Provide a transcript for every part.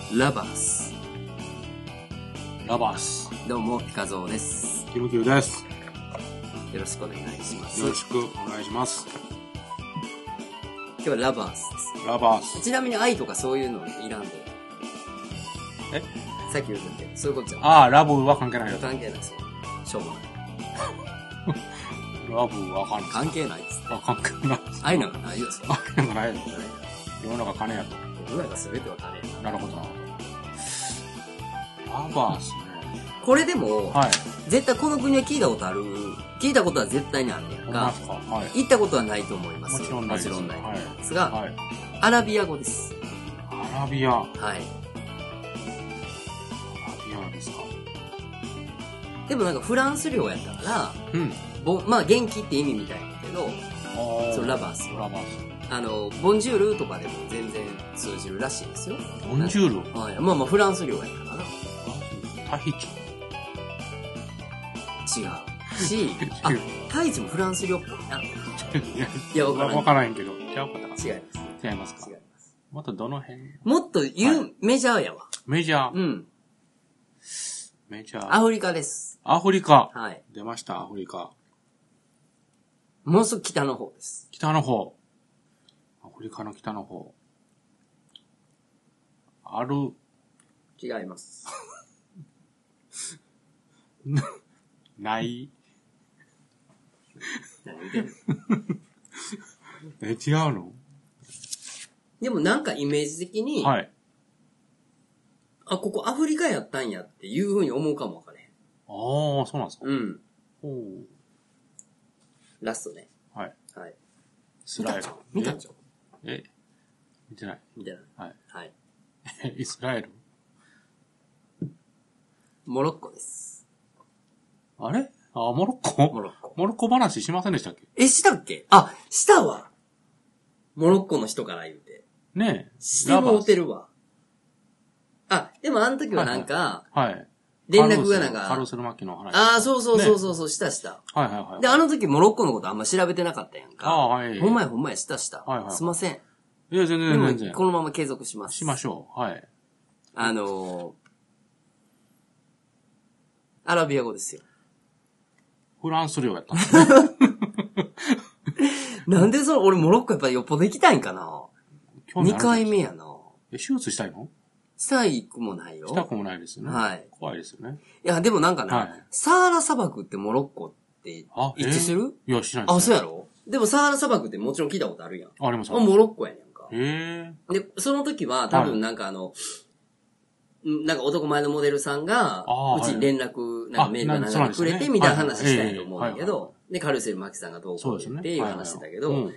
ラバース。 ラバース。 どうも、ピカゾーです。 キムキューです。 よろしくお願いします。 よろしくお願いします。 今日はラバースです。 ラバース。 ちなみに愛とかそういうのいらんで。 えさっき言ったけど、そういうことじゃん。 ああ、ラブは関係ないよ。 関係ないですよ。しょうもない。 ラブは関係ない。 関係ないっつって。 あ、関係ない。 愛なんかないよ、それ。 愛なんかないよ。世の中金やと。 世の中全ては金や。 なるほどな。ラバースね。 これでも、 はい。 絶対この国は聞いたことある。聞いたことは絶対にあるんやんか。 はい。 行ったことはないと思います。 もちろんないです。 もちろんないと思いますが、 はい。 アラビア語です。 アラビア。 はい。 アラビアですか。 でもなんかフランス領やったから、 うん。 まあ元気って意味みたいだけど、そのラバース。 ラバース。 ボンジュールとかでも全然通じるらしいですよ。 ボンジュール？ はい。まあまあフランス領やったかな。 タヒチ。 違う。タイチもフランス領っぽいな。いや、 わからへんけど。違うかったかな。 違います。 違いますか。 違います。 もっとどの辺？ もっとメジャーやわ。 メジャー。 うん。 メジャー。 アフリカです。 アフリカ。 はい。 出ました、アフリカ。 もうすぐ北の方です。 北の方。アフリカの北の方。 違います。 ない。違うの？ でもなんかイメージ的に、 はい。 あ、ここアフリカやったんやっていう風に思うかもわからへん。 ああ、そうなんですか。 うん。 おー。 ラストね。 はい。 はい。 イスラエル。 見たんちゃう？ 見てない。 見てない。 はい。 はい。 イスラエル？ モロッコです。 あれ？モロッコ？ モロッコ。 モロッコ話しませんでしたっけ？ したっけ？あ、したわ。モロッコの人から言うて。 ねえ。 してもうてるわ。あ、でもあの時はなんか、 はい。 連絡がなんか、 カルセルマキの話。 ああ、そう、した。 はいはいはい。 で、あの時モロッコのことあんま調べてなかったやんか。 はい。 ほんまや、した。 はい。 すいません。 いや、全然。 でも、このまま継続します。 しましょう。はい。 アラビア語ですよ。 フランス領やったんなんで俺モロッコやっぱりよっぽど行きたいんかな？ 2 回目やな。 手術したいの？ したくもないよ。 したくもないですよね。 はい。 怖いですよね。 いや、でもなんかな、 はい、 サハラ砂漠ってモロッコって一致する？ いや、知らないです、 ね。あ、そうやろ？でもサハラ砂漠ってもちろん聞いたことあるやん。 あります。 モロッコやねんか。 へで、その時は多分なんかなんか男前のモデルさんが、うちに連絡、なんかメールかなんかくれてみたいな話したいと思うんだけど、で、カルセルマキさんがどうこうっていう話してたけど、も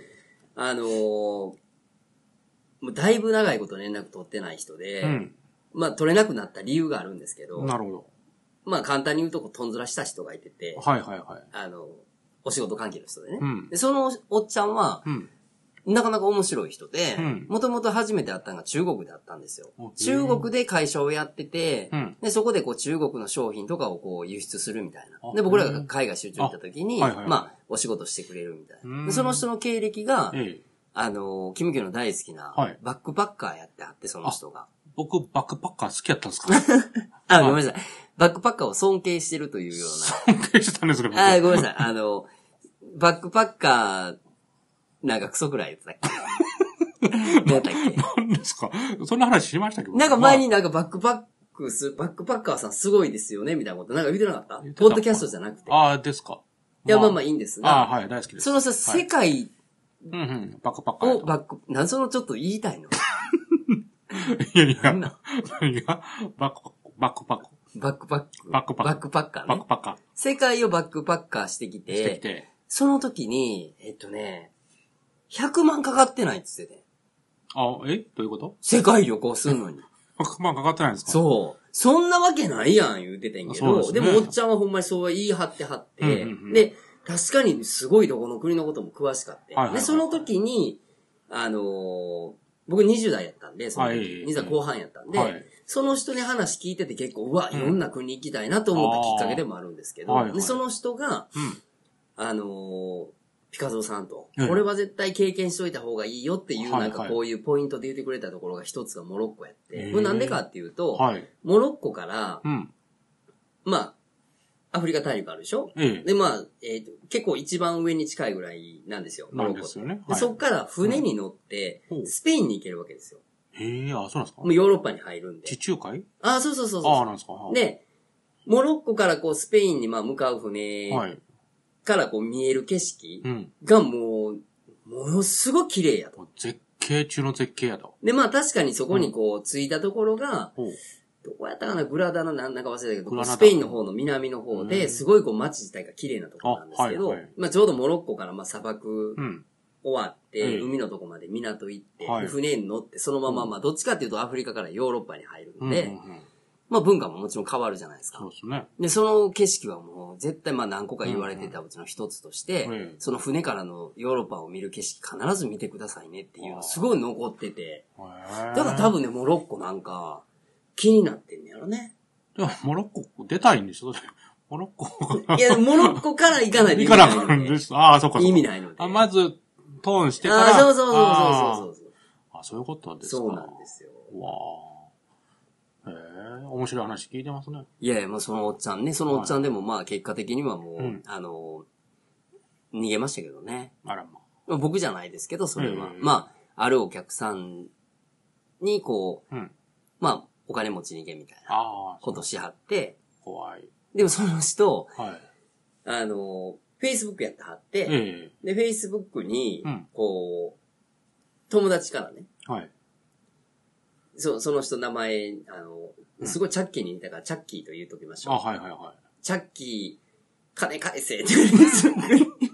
うだいぶ長いこと連絡取ってない人で、まあ取れなくなった理由があるんですけど、 なるほど。 まあ簡単に言うととんずらした人がいてて、お仕事関係の人でね。でそのおっちゃんは、なかなか面白い人で、もともと初めて会ったのが中国で会ったんですよ。中国で会社をやってて、でそこで中国の商品とかを輸出するみたいな。で、僕らが海外出張行った時に、まあ、お仕事してくれるみたいな。でその人の経歴が、キムキューの大好きな、バックパッカーやってはって、その人が。 僕、バックパッカー好きやったんですか？ ごめんなさい。バックパッカーを尊敬してるというような。尊敬してたんですか？ ごめんなさい。バックパッカー、なんかクソくらい言ってたっけ？何やったっけ？ 何ですか？そんな話しましたっけ？ なんか前になんかバックパッカーさんすごいですよねみたいなことなんか言ってなかった？ポッドキャストじゃなくて。 ああ、ですか。 いや、まあいいんですが。 はい、大好きです。 そのさ、世界バックパッカー。 なんそのちょっと言いたいの？ いや、バックパッカーね。 世界をバックパッカーしてきて、その時に、100万かかってないって言ってて。 どういうこと？ 世界旅行するのに。 100万かかってないんですか？ そう。そんなわけないやん言うててんけど、でもおっちゃんはほんまにそう言い張って、で、確かにすごいどこの国のことも詳しかって。で、その時に、僕20代やったんで、その時、20代後半やったんで、その人に話聞いてて結構、いろんな国行きたいなと思ったきっかけでもあるんですけど、で、その人が、 ピカゾーさんと、これは絶対経験しといた方がいいよっていう、なんかこういうポイントで言ってくれたところが一つがモロッコやって、これなんでかっていうと、モロッコから、まあ、アフリカ大陸あるでしょ、で、まあ、結構一番上に近いぐらいなんですよ、モロッコって。でそっから船に乗って、スペインに行けるわけですよ。 へえ、あ、そうなんですか。 もうヨーロッパに入るんで。 地中海？ あ、そうそうそう。 あ、なんですか。 で、モロッコからこうスペインにまあ向かう船からこう見える景色がものすごく綺麗やと。 絶景中の絶景やと。 で、まあ確かにそこにこう着いたところが、どこやったかな、グラダのなんか忘れたけど、スペインの方の南の方で、すごいこう街自体が綺麗なところなんですけど、まあちょうどモロッコからまあ砂漠終わって、海のとこまで港行って、船に乗って、そのまままあどっちかっていうとアフリカからヨーロッパに入るんで、まあ文化ももちろん変わるじゃないですか。 そうですね。 で、その景色はもう絶対まあ何個か言われてたうちの一つとして、その船からのヨーロッパを見る景色必ず見てくださいねっていうのすごい残ってて、だから多分ね、モロッコなんか気になってんねやろね。 じゃあ、モロッコ出たいんですよ。モロッコ。 いや、モロッコから行かないと意味ないので。行かなかったんです。 ああ、そっか。 意味ないので。 あ、まず、トーンしてから。 あ、そうそう。 あ、そういうことですか。 そうなんですよ。 わあ。面白い話聞いてますね。 いやいや、もうそのおっちゃんね、そのおっちゃんでもまあ結果的にはもう、逃げましたけどね。 あらま。 僕じゃないですけど、それは。まあ、あるお客さんにこう、まあ、お金持ちに行けみたいなことしはって、 怖い。 でもその人、Facebook やってはって、で、Facebook に、こう、友達からね、その人名前、すごいチャッキーに似たからチャッキーと言うときましょう。チャッキー、金返せって言うんですよ。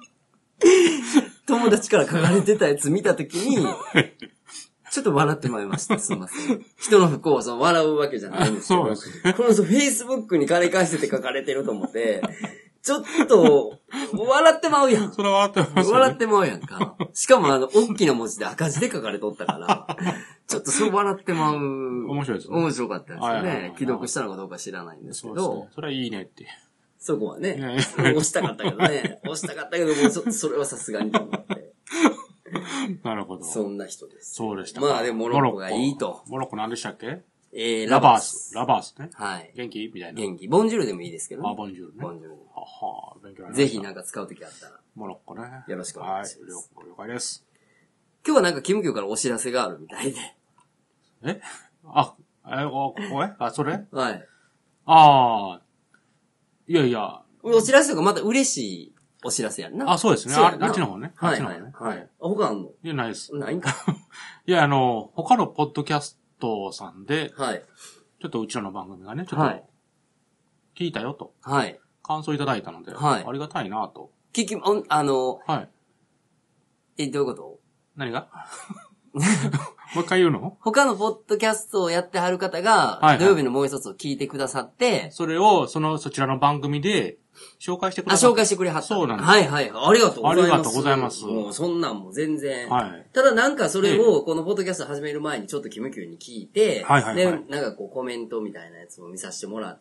友達から書かれてたやつ見たときに、ちょっと笑ってまいりました。すいません。人の不幸を笑うわけじゃないんですけど、この人 Facebook に金返せって書かれてると思って、ちょっと、笑ってまうやん。 それは笑ってます、 笑ってまうやんか。しかも大きな文字で赤字で書かれとったから、ちょっとそう笑ってまう。 面白いですね。 面白かったですよね。既読したのかどうか知らないんですけど。 それはいいねって。 そこはね、押したかったけどね。押したかったけど、もうそれはさすがにと思って。 なるほど。 そんな人です。 そうでした。 まあでもモロッコがいいと。 モロッコ何でしたっけ？ ラバース。 ラバースね。 はい。 元気みたいな。 元気。ボンジュールでもいいですけどね。 あ、ボンジュールね。 ボンジュール。 は勉強になりました。 ぜひなんか使うときあったら。 モロッコね。 よろしくお願いします。 了解です。 今日はなんかキムキョからお知らせがあるみたいで。 それ？ はい。 いやいや。 お知らせとかまた嬉しいお知らせやんな。 あ、そうですね。あっちの方ね。 はいはい。他あんの？ いや、ないです。 ないんか。 いや、他のポッドキャストさんで、 はい。 ちょっとうちらの番組がね、ちょっと、聞いたよと。 はい。 感想いただいたので、 はい。 ありがたいなと。 はい。どういうこと？ 何がもう一回言うの？ 他のポッドキャストをやってはる方が、土曜日のもう一つを聞いてくださって、 それを、そちらの番組で、紹介してくださった。 紹介してくれはった。 そうなんです。 はい。ありがとうございます。 ありがとうございます。 もうそんなんも全然。 はい。 ただなんかそれを、このポッドキャスト始める前にちょっとキムキューに聞いて、で、なんかこうコメントみたいなやつも見させてもらって、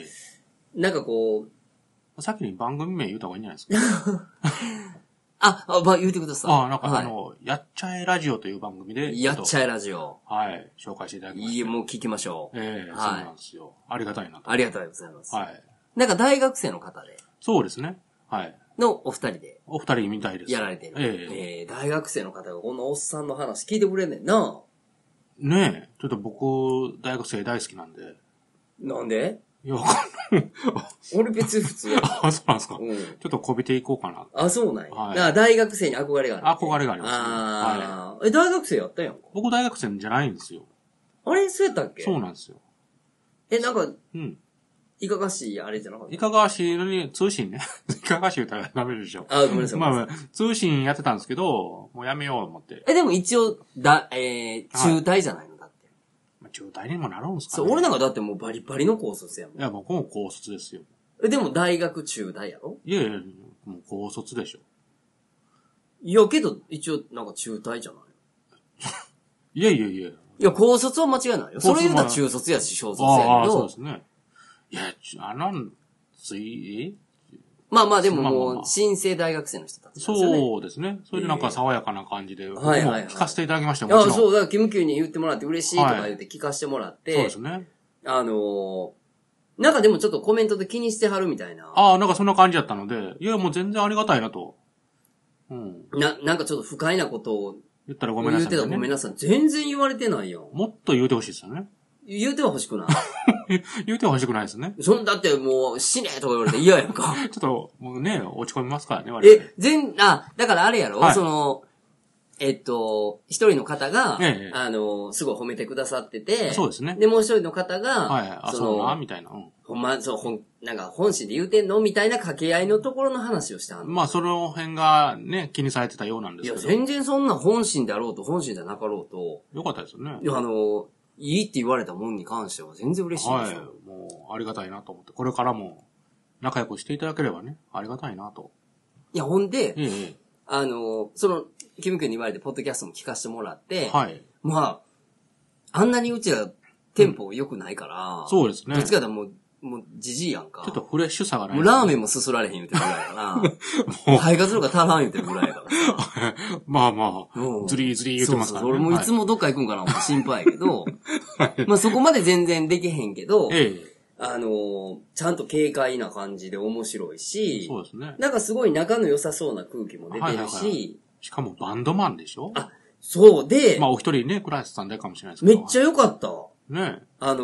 なんかこう、さっきに番組名言うた方がいいんじゃないですか。 言うてください。 なんかやっちゃえラジオという番組で。 やっちゃえラジオ。 はい。紹介していただきました。いいもう聞きましょう。 そうなんですよ。ありがたいなと。 ありがとうございます。 はい。 なんか大学生の方で。 そうですね。はい。 のお二人で。 お二人みたいです。 やられてる。大学生の方がこのおっさんの話聞いてくれんねんな。 ねえ。ちょっと僕、大学生大好きなんで。 なんで？ いや、わかんない。 俺別に普通や。 そうなんですか。ちょっとこびていこうかな。 そうなんや。だから大学生に憧れがある。 憧れがありますね。大学生やったやんか。 僕大学生じゃないんですよ。 あれそうやったっけ？ そうなんですよ。 なんか、いかがしいあれじゃなかった？ いかがしいのに、通信ね。いかがしい言ったらダメでしょ。 ごめんなさい。 まあ、通信やってたんですけど、もうやめようと思って。 でも一応、中退じゃないのだって。 中退にもなるんですかね。 そう、俺なんかだってもうバリバリの高卒やもん。 いや、僕も高卒ですよ。 でも大学中退やろ？ いや、もう高卒でしょ。 いや、けど、一応、なんか中退じゃないいや。 いや、高卒は間違いないよ。それ言うたら中卒やし、小卒やけど。 そうですね。いや、 まあまあでももう、新生大学生の人たちですよね。 そうですね。それでなんか爽やかな感じで、僕も聞かせていただきましたよ。 ああ、そう、だからキムキューに言ってもらって嬉しいとか言って聞かせてもらって、 そうですね。 なんかでもちょっとコメントで気にしてはるみたいな。 ああ、なんかそんな感じだったので、いやもう全然ありがたいなと。 うん。なんかちょっと不快なことを言ったらごめんなさい、ね。 言ってたらごめんなさい。全然言われてないよ。 もっと言うてほしいですよね。 言うては欲しくない。 言うては欲しくないですね。 だってもう死ねとか言われて嫌やんか。 ちょっと、もうね、落ち込みますからね、我々。 だからあれやろ、はい、一人の方が、すごい褒めてくださってて、 そうですね。 で、もう一人の方が、 はい、そうな、みたいな。 ほんま、なんか本心で言うてんのみたいな掛け合いのところの話をしたんまあ、その辺がね、気にされてたようなんですけど。 いや、全然そんな本心であろうと、本心じゃなかろうと。 よかったですよね。 いや、いいって言われたもんに関しては全然嬉しいですよ。 はい。もう、ありがたいなと思って。これからも、仲良くしていただければね、ありがたいなと。 いや、ほんで、キム君に言われて、ポッドキャストも聞かせてもらって、 はい。 まあ、あんなにうちら、テンポ良くないから、 そうですね。 どっちかともう、じじいやんか。 ちょっとフレッシュさがない、 もうラーメンもすすられへん言うてるぐらいやから、もう、肺活量が足らん言うてるぐらいやからさ。 まあまあ、ズリーズリー言ってますからね。 そう俺もいつもどっか行くんかな思って心配やけど、まあそこまで全然できへんけど、ちゃんと軽快な感じで面白いし、 そうですね。 なんかすごい仲の良さそうな空気も出てるし、 しかもバンドマンでしょ？ あ、そうで、 まあお一人ね、クラスさんでかもしれないですけど。めっちゃ良かった。 ね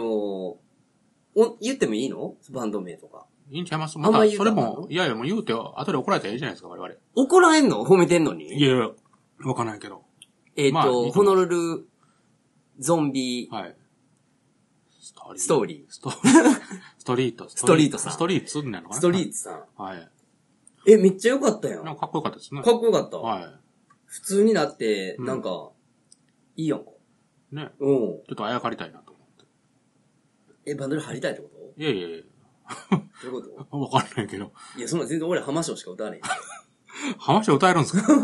言ってもいいの？バンド名とか。 いいんちゃいます？また、それも、いやいやもう言うてよ、後で怒られたらいいじゃないですか、我々。 怒られんの？褒めてんのに？ いやいや、わかんないけど。 ホノルル、ゾンビ、 はい。 ストーリー。 ストリートさん。 ストリートさん。 ストリートなのかな？ ストリートさん。 はい。 めっちゃ良かったよ。 なんかかっこよかったですね。 かっこよかった。 はい。 普通になって、なんか、いいやんか。 ね。 うん。 ちょっとあやかりたいなと思って。 バンドに入りたいってこと？ いやいやいや。 どういうことわかんないけど。 いや、そんな全然俺浜章しか歌わねえ。浜章歌えるんですか？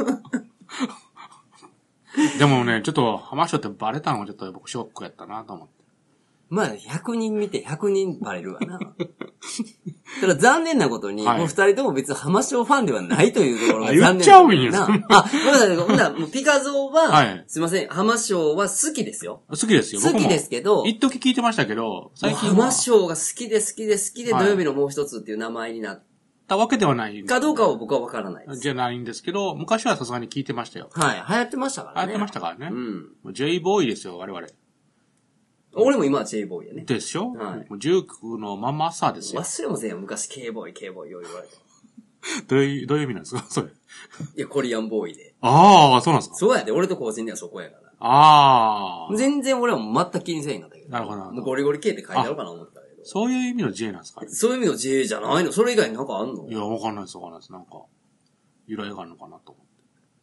でもね、ちょっと浜章ってバレたのがちょっと僕ショックやったなと思って。 まあ、100人見て100人バレるわな。ただ残念なことに、もう二人とも別に浜章ファンではないというところが残念な。 言っちゃうんやな。ごめんなさい。ほんなら、ピカゾーは、すいません、浜章は好きですよ。 好きですよ。 好きですけど、 一時聞いてましたけど、 最近浜章が好きで土曜日のもう一つっていう名前になったわけではない。 かどうかは僕はわからないです。 じゃないんですけど、昔はさすがに聞いてましたよ。 はい。流行ってましたからね。 流行ってましたからね。うん。J ボーイですよ、我々。 俺も今は J ボーイやね。 でしょ？ はい。 ジュークのままさですよ。 忘れもせんよ、昔 K ボーイよう言われた。 どういう意味なんですかそれ。いや、コリアンボーイで。 ああ、そうなんですか？ そうやで、俺と個人ではそこやから。 ああ。 全然俺はもう全く気にせんかったけど。 なるほど。 もうゴリゴリ K って書いてあるかな思ったけど。 そういう意味の J なんですか？ そういう意味の J じゃないの？それ以外になんかあんの？ いや、わかんないです。なんか、由来があるのかなと思って。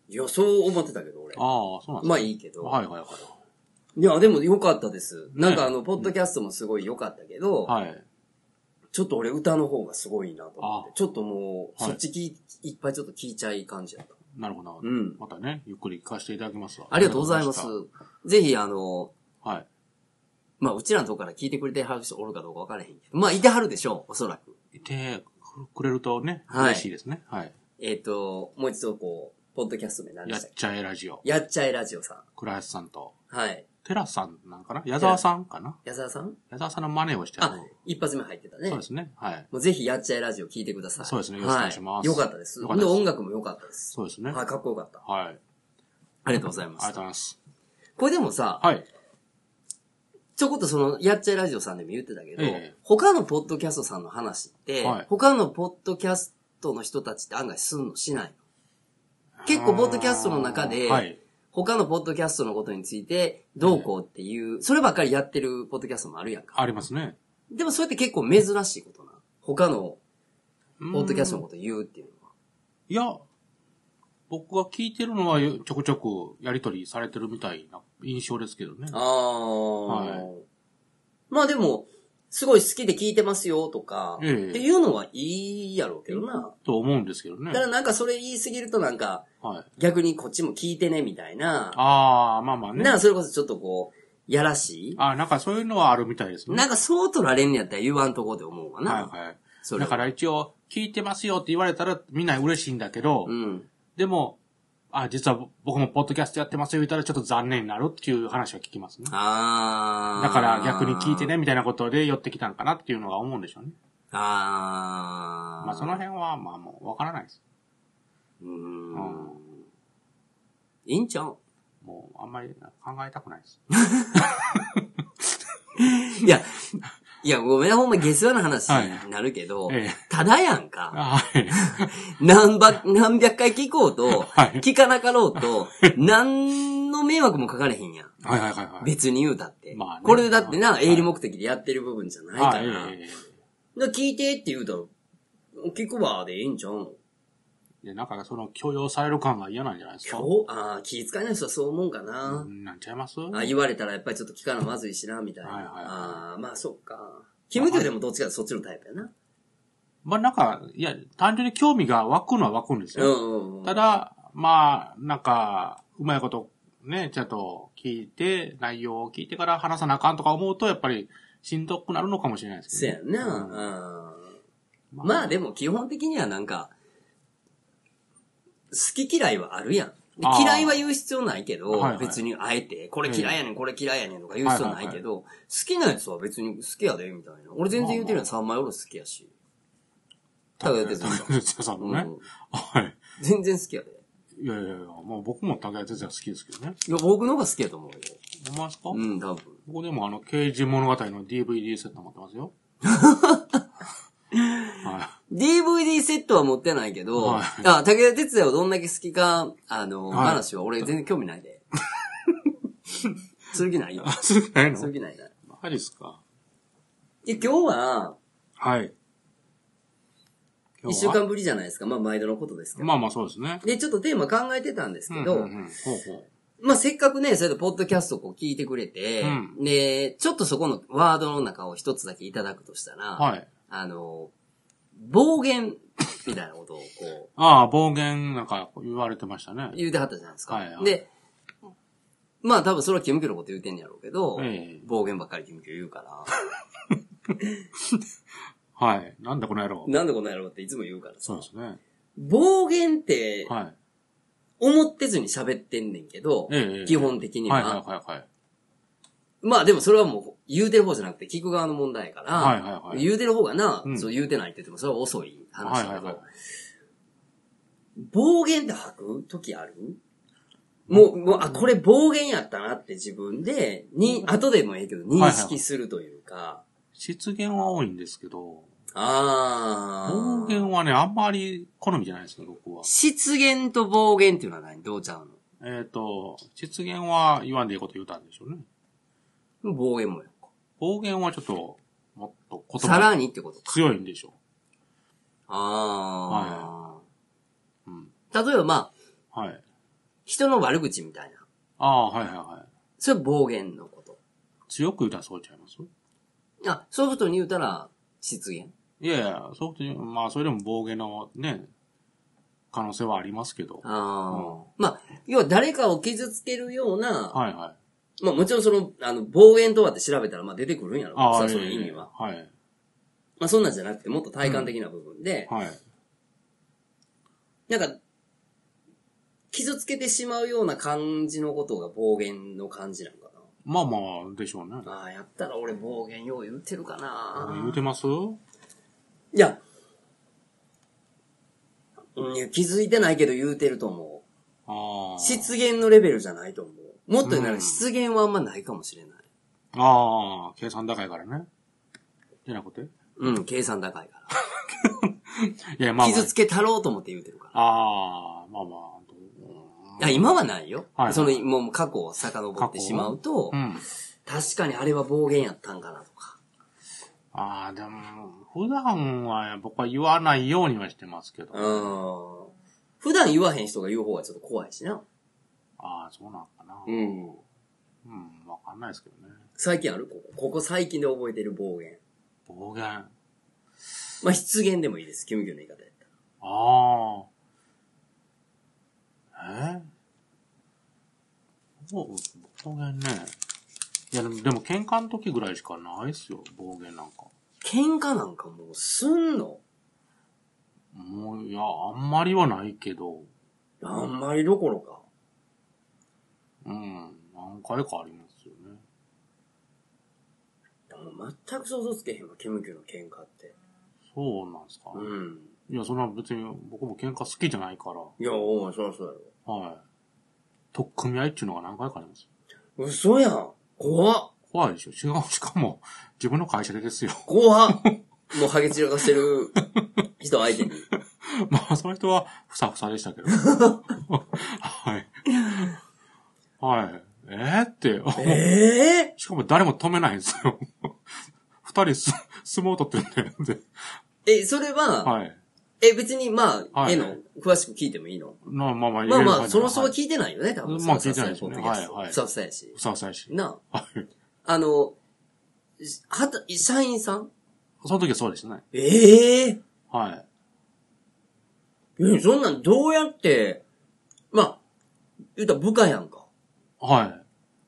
いや、そう思ってたけど、俺。 ああ、そうなんですか？ まあいいけど。 はい。 いや、でも良かったです。なんかポッドキャストもすごい良かったけど、 はい。 ちょっと俺歌の方がすごいなと思って。ちょっともう、そっちいっぱいちょっと聞いちゃい感じだった。 なるほど。 うん。 またね、ゆっくり聞かせていただきますわ。 ありがとうございます。ぜひはい。 まあ、うちらのとこから聞いてくれてはる人おるかどうか分からへんけど。まあ、いてはるでしょう、おそらく。 いてくれるとね、嬉しいですね。はい。 もう一度ポッドキャスト名何でしたっけ？ やっちゃえラジオ。 やっちゃえラジオさん。 倉橋さんと。 はい。 テラさんなんかな？矢沢さんかな？ 矢沢さんの真似をしてる。 一発目入ってたね。 そうですね。はい。 もうぜひやっちゃえラジオ聞いてください。 そうですね。よろしくお願いします。 よかったです。で、音楽も良かったです。 そうですね。 はい、かっこよかった。 はい。 ありがとうございます。 ありがとうございます。 これでもさ、 はい。 ちょこっとやっちゃえラジオさんでも言ってたけど、他のポッドキャストさんの話って、他のポッドキャストの人たちって案外すんのしないの？結構ポッドキャストの中で、他のポッドキャストのことについてどうこうっていう、そればっかりやってるポッドキャストもあるやんか。 ありますね。 でもそれって結構珍しいことな。他のポッドキャストのこと言うっていうのは。 いや、僕が聞いてるのはちょくちょくやりとりされてるみたいな印象ですけどね。 まあでも、すごい好きで聞いてますよとか、っていうのはいいやろうけどな。 と思うんですけどね。 だからなんかそれ言いすぎるとなんか、逆にこっちも聞いてねみたいな。 まあね。 なんかそれこそちょっとやらしい。 なんかそういうのはあるみたいですね。 なんかそう取られんのやったら言わんとこで思うかな。 だから一応、 聞いてますよって言われたらみんな嬉しいんだけど、でも、実は僕もポッドキャストやってますよ言ったらちょっと残念になるっていう話は聞きますね。だから逆に聞いてねみたいなことで寄ってきたんかなっていうのは思うんでしょうね。まあその辺はまあもうわからないです。 いいんちゃう？ もうあんまり考えたくないです。 いや、ごめん、ほんま下世話な話になるけど、ただやんか。何百回聞こうと、聞かなかろうと、何の迷惑もかかれへんやん。別に言うたって。これだってな、営利目的でやってる部分じゃないから。聞いてって言うたら、聞くわでいいんちゃうの？ いや、なんかその許容される感が嫌なんじゃないですか。 気遣いない人はそう思うんかな。 なんちゃいます？ 言われたらやっぱりちょっと聞かなまずいしな、みたいな。まあそっか。キムキョでもどっちかそっちのタイプやな。 まあなんか、いや、単純に興味が湧くのは湧くんですよ。ただ、まあ、なんか、うまいことね、ちゃんと聞いて、内容を聞いてから話さなあかんとか思うと、やっぱりしんどくなるのかもしれないですけど、ね。 そうやな。まあでも基本的にはなんか、好き嫌いはあるやん。嫌いは言う必要ないけど、別にあえて、これ嫌いやねん、これ嫌いやねんとか言う必要ないけど、好きなやつは別に好きやで、みたいな。俺全然言うてるやん、三枚おろし好きやし。武田鉄矢さんのね。はい。 全然好きやで。 いや、もう僕も武田鉄矢好きですけどね。 いや、僕の方が好きやと思うよ。 ほんまですか？ 多分。 僕でも刑事物語の DVD セット持ってますよ。 DVD セットは持ってないけど、武田鉄矢をどんだけ好きか、話は俺全然興味ないで。する気ないよ。 する気ないの？ する気ないな。 マジっすか？ 今日は、 はい。 一週間ぶりじゃないですか。まあ毎度のことですけど。 まあそうですね。 で、ちょっとテーマ考えてたんですけど、まあせっかくね、それでポッドキャストを聞いてくれて、で、ちょっとそこのワードの中を一つだけいただくとしたら、暴言みたいなことを暴言なんか言われてましたね。 言うてはったじゃないですか。で、まあ多分それはキムキョのこと言うてんやろうけど、暴言ばっかりキムキョ言うから。 はい。なんでこの野郎。 なんでこの野郎っていつも言うからさ。 そうですね。 暴言って、思ってずに喋ってんねんけど、基本的には。まあでもそれはもう言うてる方じゃなくて聞く側の問題やから、言うてる方がな、そう言うてないって言ってもそれは遅い話だけど、暴言って吐く時ある？もう、これ暴言やったなって自分で、後でもいいけど認識するというか。 失言は多いんですけど、暴言はね、あんまり好みじゃないですか、僕は。 失言と暴言っていうのは何？どうちゃうの？ 失言は言わんでいいこと言うたんでしょうね。 暴言もや。 暴言はちょっと、もっと言葉。さらにってことか。 強いんでしょう。 例えばまあ、人の悪口みたいな。それは暴言のこと。 強く言うたらそうちゃいます？ ソフトに言うたら、失言。 いやいや、ソフトに、まあそれでも暴言のね、可能性はありますけど。 まあ、要は誰かを傷つけるような、まあもちろんその、暴言とはって調べたらまあ出てくるんやろ。その意味は。まあそんなんじゃなくてもっと体感的な部分で、なんか、傷つけてしまうような感じのことが暴言の感じなのかな。 まあまあ、でしょうね。 やったら俺暴言よう言うてるかな。 言うてます？ いや、気づいてないけど言うてると思う。失言のレベルじゃないと思う。もっと言うなら失言はあんまないかもしれない。 計算高いからね。じゃなくて？ 計算高いから。 いや、まあ、 傷つけたろうと思って言うてるから。 まあまあ。 いや、今はないよ。もう過去を遡ってしまうと、確かにあれは暴言やったんかなとか。 でも、普段は僕は言わないようにはしてますけど。 普段言わへん人が言う方がちょっと怖いしな。 そうなんかな。わかんないですけどね。 最近ある？ここ最近で覚えてる暴言。 暴言。 まあ、失言でもいいです。キムキョの言い方やったら。暴言ね。いや、でも喧嘩の時ぐらいしかないっすよ、暴言なんか。 喧嘩なんかもうすんの？ もう、いや、あんまりはないけど。 あんまりどころか。 何回かありますよね。 でも全く想像つけへんわ、キムキューの喧嘩って。 そうなんですか。いや、そんな別に僕も喧嘩好きじゃないから。 いや、そりゃそうやろ。 はい。取っ組み合いっていうのが何回かあります。 嘘やん。怖っ。 怖いでしょ。しかも、自分の会社でですよ。 怖っ。もうハゲ散らかしてる人相手に。 まあ、その人はふさふさでしたけど。はい。はい。って。しかも誰も止めないんですよ。二人相撲を取ってるんで。 それは、 はい。 別にまあ、はい、詳しく聞いてもいいの？ まあ、 その人は聞いてないよね、多分。 まあ、聞いてないですよね。はい、はい。 ふさふさやし。 ふさふさやし。 なあ。はい。 社員さん？ その時はそうですね。 はい。そんなんどうやって、まあ、言うたら部下やんか。 はい。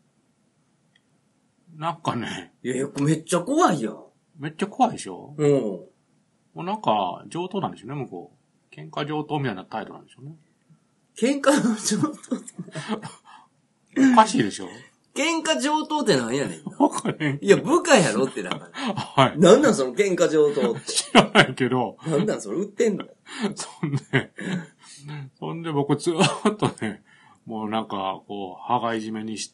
なんかね。 めっちゃ怖いやん。 めっちゃ怖いでしょ？もうなんか、上等なんでしょうね、向こう。喧嘩上等みたいな態度なんでしょうね。 喧嘩の上等おかしいでしょ？ 喧嘩上等ってなんやねん。 わかれん。 いや、部下やろってだから。 はい。 なんなんその喧嘩上等って。 知らないけど。 なんなんそれ売ってんの？ そんで僕ずーっとね、もうなんか、こう、羽交い締めにして。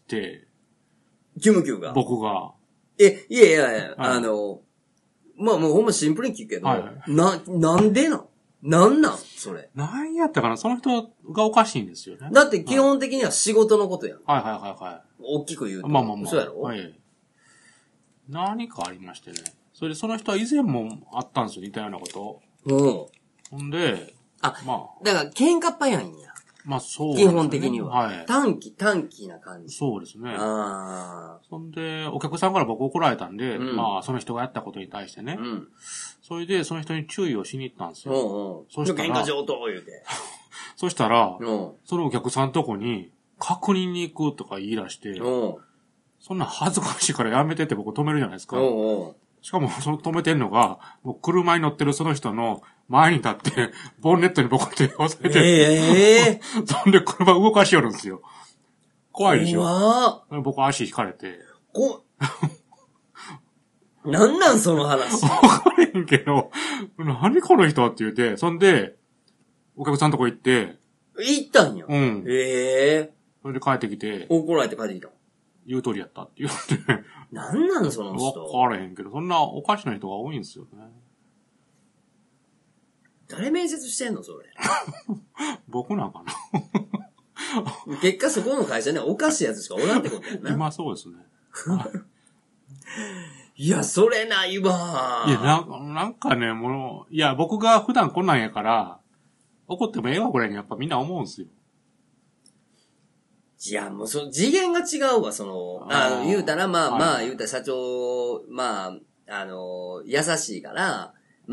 キムキューが？僕が。 いや、まあもうほんまシンプルに聞くけど、なんでなんそれ。 なんやったかな、その人がおかしいんですよね。 だって基本的には仕事のことやん。 はい。 大きく言うと。 まあ。 そうやろ？ はい。何かありましてね。それでその人は以前もあったんですよ、似たようなこと。ほんで、 だから喧嘩っぱやんや。 まあそうですね。基本的には。 はい。 短期な感じ。 そうですね。そんで、お客さんから僕怒られたんで、まあその人がやったことに対してね。それで、その人に注意をしに行ったんですよ。 そしたら、喧嘩上等言うて。 そしたら、そのお客さんとこに、確認に行くとか言い出して、そんな恥ずかしいからやめてって僕止めるじゃないですか。しかも、その止めてんのが、もう車に乗ってるその人の前に立って、ボンネットにボコって押さえて、そんで車動かしよるんですよ。怖いでしょ。僕足引かれて。 なんその話。 わかれんけど、何この人って言って、そんで、お客さんとこ行って。 行ったんや。 それで帰ってきて。 怒られて帰ってきた。 言う通りやったって言って。 なんその人。 わからへんけど、そんなおかしな人が多いんですよね。 誰面接してんのそれ。 僕なんかな。結果そこの会社にはおかしいやつしかおらんってことやな。 今そうですね。 いや、それないわ。 いや、なんかね、いや、僕が普段こんなんやから、怒ってもええわぐらいにやっぱみんな思うんですよ。 いや、もう次元が違うわ、言うたら、言うたら社長、優しいから、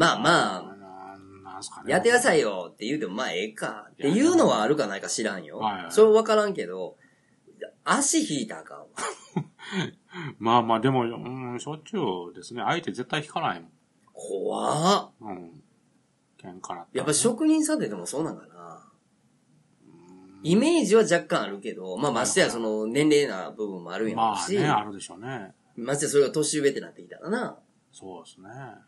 なんすかね。 やってくださいよって言うても、ええかっていうのはあるかないか知らんよ。それわからんけど、足引いたらあかんわ。でも、しょっちゅうですね。相手絶対引かないもん。 怖っ。 喧嘩なった、 やっぱ職人さんってでもそうなんかな。イメージは若干あるけど、ましてやその年齢な部分もあるんやろし。 あるでしょうね。 ましてやそれが年上ってなってきたらな。 そうですね。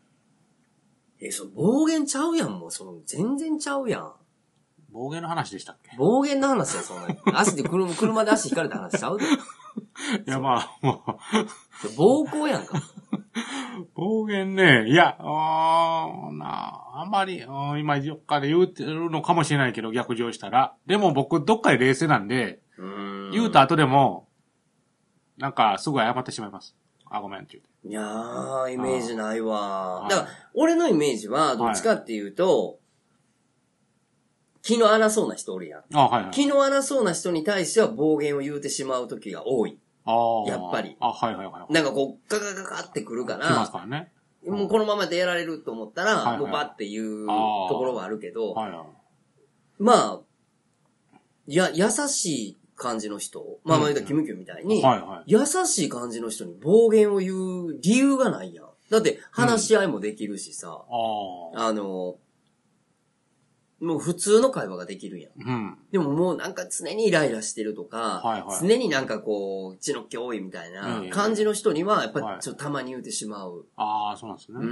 暴言ちゃうやん、もう。全然ちゃうやん。 暴言の話でしたっけ？ 暴言の話や、そんな。足で車で足引かれた話ちゃうで。 いや、もう。暴行やんか。 暴言ね、いや、あんまり、今、どっかで言うてるのかもしれないけど、逆上したら。でも僕、どっかで冷静なんで、言うた後でも、なんか、すぐ謝ってしまいます。ごめんって言うて。 いやー、イメージないわ。だから、俺のイメージは、どっちかっていうと、気の荒そうな人おるやん。気の荒そうな人に対しては暴言を言うてしまう時が多い。やっぱり。なんかこう、ガガガガってくるから。 来ますからね。 もうこのままでやられると思ったら、もうバッていうところはあるけど、優しい感じの人、言うたらキムキューみたいに、優しい感じの人に暴言を言う理由がないやん。だって話し合いもできるしさ、 もう普通の会話ができるやん。うん。でももうなんか常にイライラしてるとか、はいはい、常になんかこう、血の気多いみたいな感じの人には、やっぱりちょっとたまに言うてしまう。 ああ、そうなんですね。うん。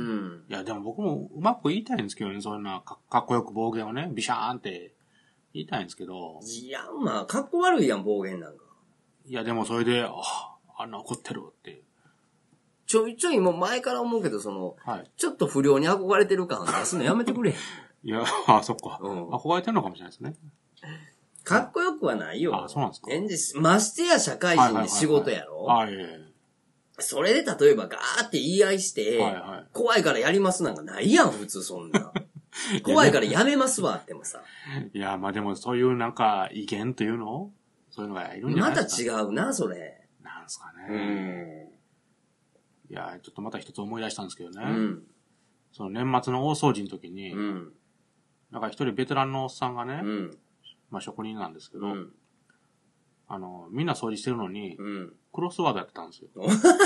いや、でも僕もうまく言いたいんですけどね、そんなかっこよく暴言をね、ビシャーンって言いたいんですけど。 いや、まあ、かっこ悪いやん、暴言なんか。 いや、でもそれで、あんな怒ってるって。 ちょいちょいもう前から思うけど、はい、ちょっと不良に憧れてる感出すのやめてくれ。 いや、そっか。うん。憧れてるのかもしれないですね。 かっこよくはないよ。 そうなんですか。ましてや社会人で仕事やろ。はい。それで例えばガーって言い合いして、はいはい、怖いからやりますなんかないやん、普通そんな。怖いからやめますわってもさ。 いや、まあでもそういうなんか意見というのそういうのがいるんじゃないですか。また違うな、それ。 なんすかね。いや、ちょっとまた一つ思い出したんですけどね。うん、その年末の大掃除の時に、なんか一人ベテランのおっさんがね、まあ職人なんですけど、みんな掃除してるのに、クロスワードやってたんですよ。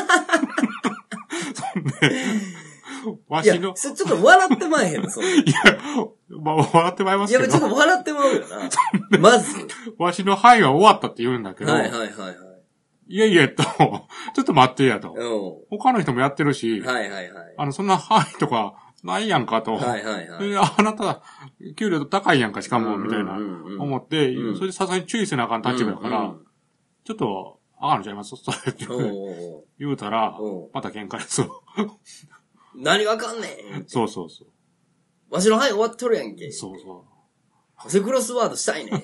わしの。 ちょっと笑ってまえへんの、そんな。いや、 まあ笑ってまいりますけど。 いや、ちょっと笑ってまうよな。まず。 わしの範囲は終わったって言うんだけど。 はいはいはいはい。 いえ、ちょっと待ってやと。他の人もやってるし。 はいはいはい。 そんな範囲とかないやんかと。 はいはいはい。 あなた、給料高いやんか、しかも、みたいな、思って、それでさすがに注意せなあかん立場だから、ちょっと、あかんのちゃいますそれって言うたら、また喧嘩ですよ。 何わかんねんそう。 わしの範囲終わっとるやんけ。 そう。 セクロスワードしたいねんって。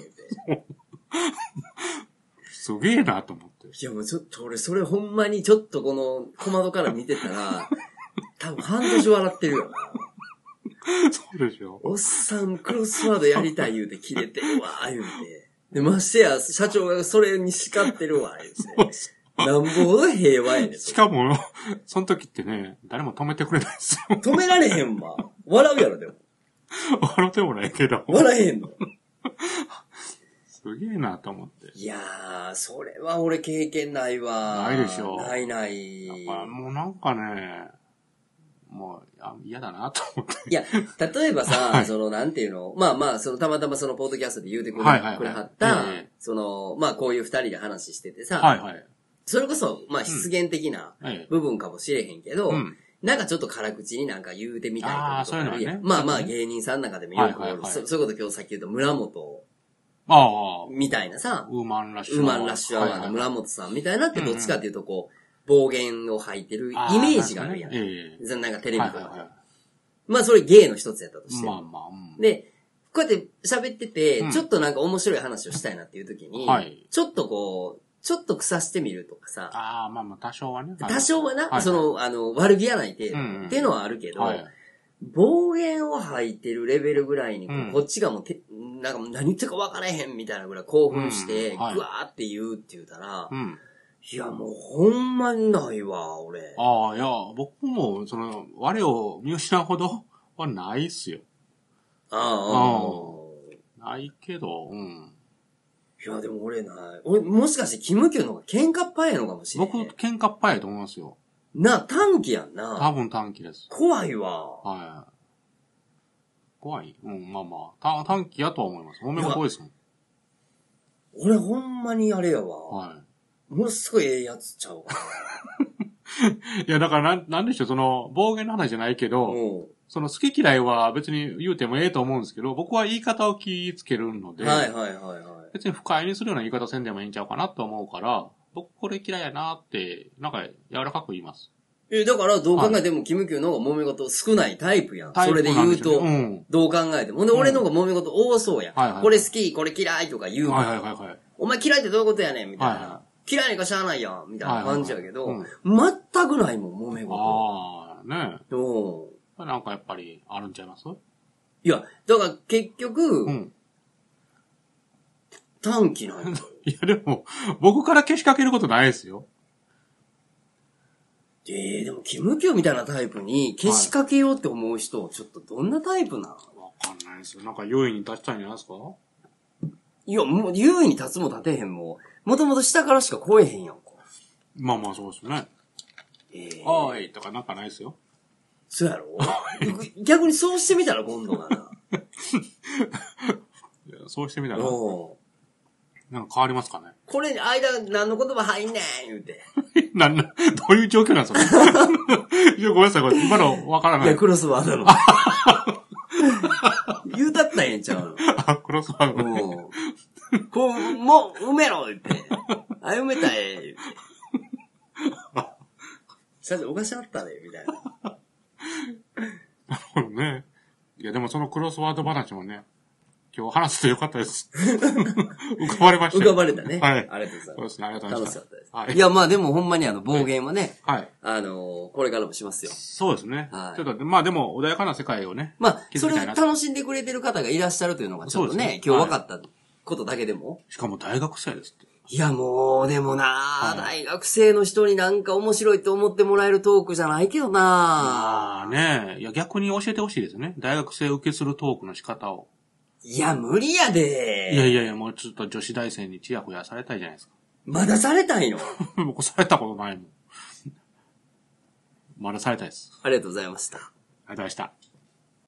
すげえなと思って。 いやもうちょっと俺それほんまにちょっとこの小窓から見てたら、多分半年笑ってるよな。 そうでしょ。 おっさんクロスワードやりたい言うてキレてるわ、言うて。で、ましてや社長がそれに叱ってるわ、言うて。なんぼほど平和やねん。 しかも、その時ってね、誰も止めてくれないですよ。 止められへんわ。笑うやろ、でも。 笑ってもないけど。 笑えへんの。 すげえなと思って。 いやー、それは俺経験ないわ。 ないでしょ。 ない。 だからもうなんかね、もう嫌だなと思って。 いや、例えばさ、はい、なんていうの、まあまあ、たまたまポッドキャストで言うてくれはった、まあこういう二人で話しててさ、はいはい、それこそ、まあ失言的な部分かもしれへんけど、なんかちょっと辛口になんか言うてみたいなこととかあるやん。まあまあ芸人さんの中でもよくおる。そういうこと今日さっき言うと村本みたいなさ、 ウーマンラッシュアワーの村本さんみたいなってどっちかっていうとこう、暴言を吐いてるイメージがあるやん。なんかテレビとかで。まあそれ芸の一つやったとして。まあまあ。で、こうやって喋ってて、ちょっとなんか面白い話をしたいなっていう時に、ちょっとこう、ちょっと腐してみるとかさ。 ああ、まあまあ多少はね。 多少はな、悪気はない程度っていうのはあるけど、暴言を吐いてるレベルぐらいに、こっちがもうなんか何言ってるか分からへんみたいなぐらい興奮して、ぐわーって言うって言うたら、いやもうほんまにないわ、俺。 ああ、いや、僕も、我を見失うほどはないっすよ。ないけど、 いや、でも俺もしかしてキムキューの方が喧嘩っ早いのかもしれない。 僕、喧嘩っ早いと思いますよ。 短期やんな。 多分短期です。 怖いわ。 はい。怖いまあまあ。短期やとは思います。揉め事多いですもん。 俺ほんまにあれやわ。はい。ものすごいええやつちゃうわ。 いや、だからなんでしょう、暴言の話じゃないけど、好き嫌いは別に言うてもええと思うんですけど、僕は言い方を気ぃつけるので、別に不快にするような言い方せんでもいいんちゃうかなと思うから、僕これ嫌いやなって、なんか柔らかく言います。 だからどう考えてもキムキューの方が揉め事少ないタイプやん。それで言うと、どう考えても。ほんで俺の方が揉め事多そうやん。これ好き、これ嫌いとか言うから。お前嫌いってどういうことやねんみたいな。嫌いにかしゃあないやんみたいな感じやけど、全くないもん、揉め事。 ああ、ねえ。なんかやっぱりあるんちゃいます？ いや、だから結局、短期なんだ。 いやでも、僕からけしかけることないですよ。 でも、キムキューみたいなタイプに、けしかけようって思う人、ちょっとどんなタイプなの？わかんないですよ。なんか優位に立ちたいんじゃないですか？ いや、もう優位に立つも立てへんも、もともと下からしか来えへんやんか。 まあまあそうですね。おーいとかなんかないですよ。 そうやろ逆にそうしてみたら今度がな。 そうしてみたら。なんか変わりますかね。 これ、間、何の言葉入んねん言うて。 どういう状況なんですかいや、ごめんなさい、これ、今のわからない。 いや、クロスワードの。言うたったらええんちゃうの。 あ、クロスワードの。 こう、もう、埋めろ言って。埋めたらええ言うて。社長、おかしなったね、みたいな。 なるほどね。いや、でもそのクロスワード話もね、今日話せてよかったです。浮かばれました。 浮かばれたね。 はい。 ありがとうございます。 そうですね、ありがとうございます。 楽しかったです。はい。いや、まあでもほんまに暴言はね、 はい。 これからもしますよ。 そうですね。はい。ちょっと、まあでも穏やかな世界をね。 まあ、それを楽しんでくれてる方がいらっしゃるというのがちょっとね、今日分かったことだけでも。 しかも大学生ですって。 いやもう、でもな、大学生の人になんか面白いと思ってもらえるトークじゃないけどな。 まあね、いや逆に教えてほしいですね。大学生受けするトークの仕方を。 いや、無理やで。 いや、もうちょっと女子大生にチヤホヤされたいじゃないですか。 まだされたいの？ 僕されたことないもん。まだされたいです。 ありがとうございました。ありがとうございました。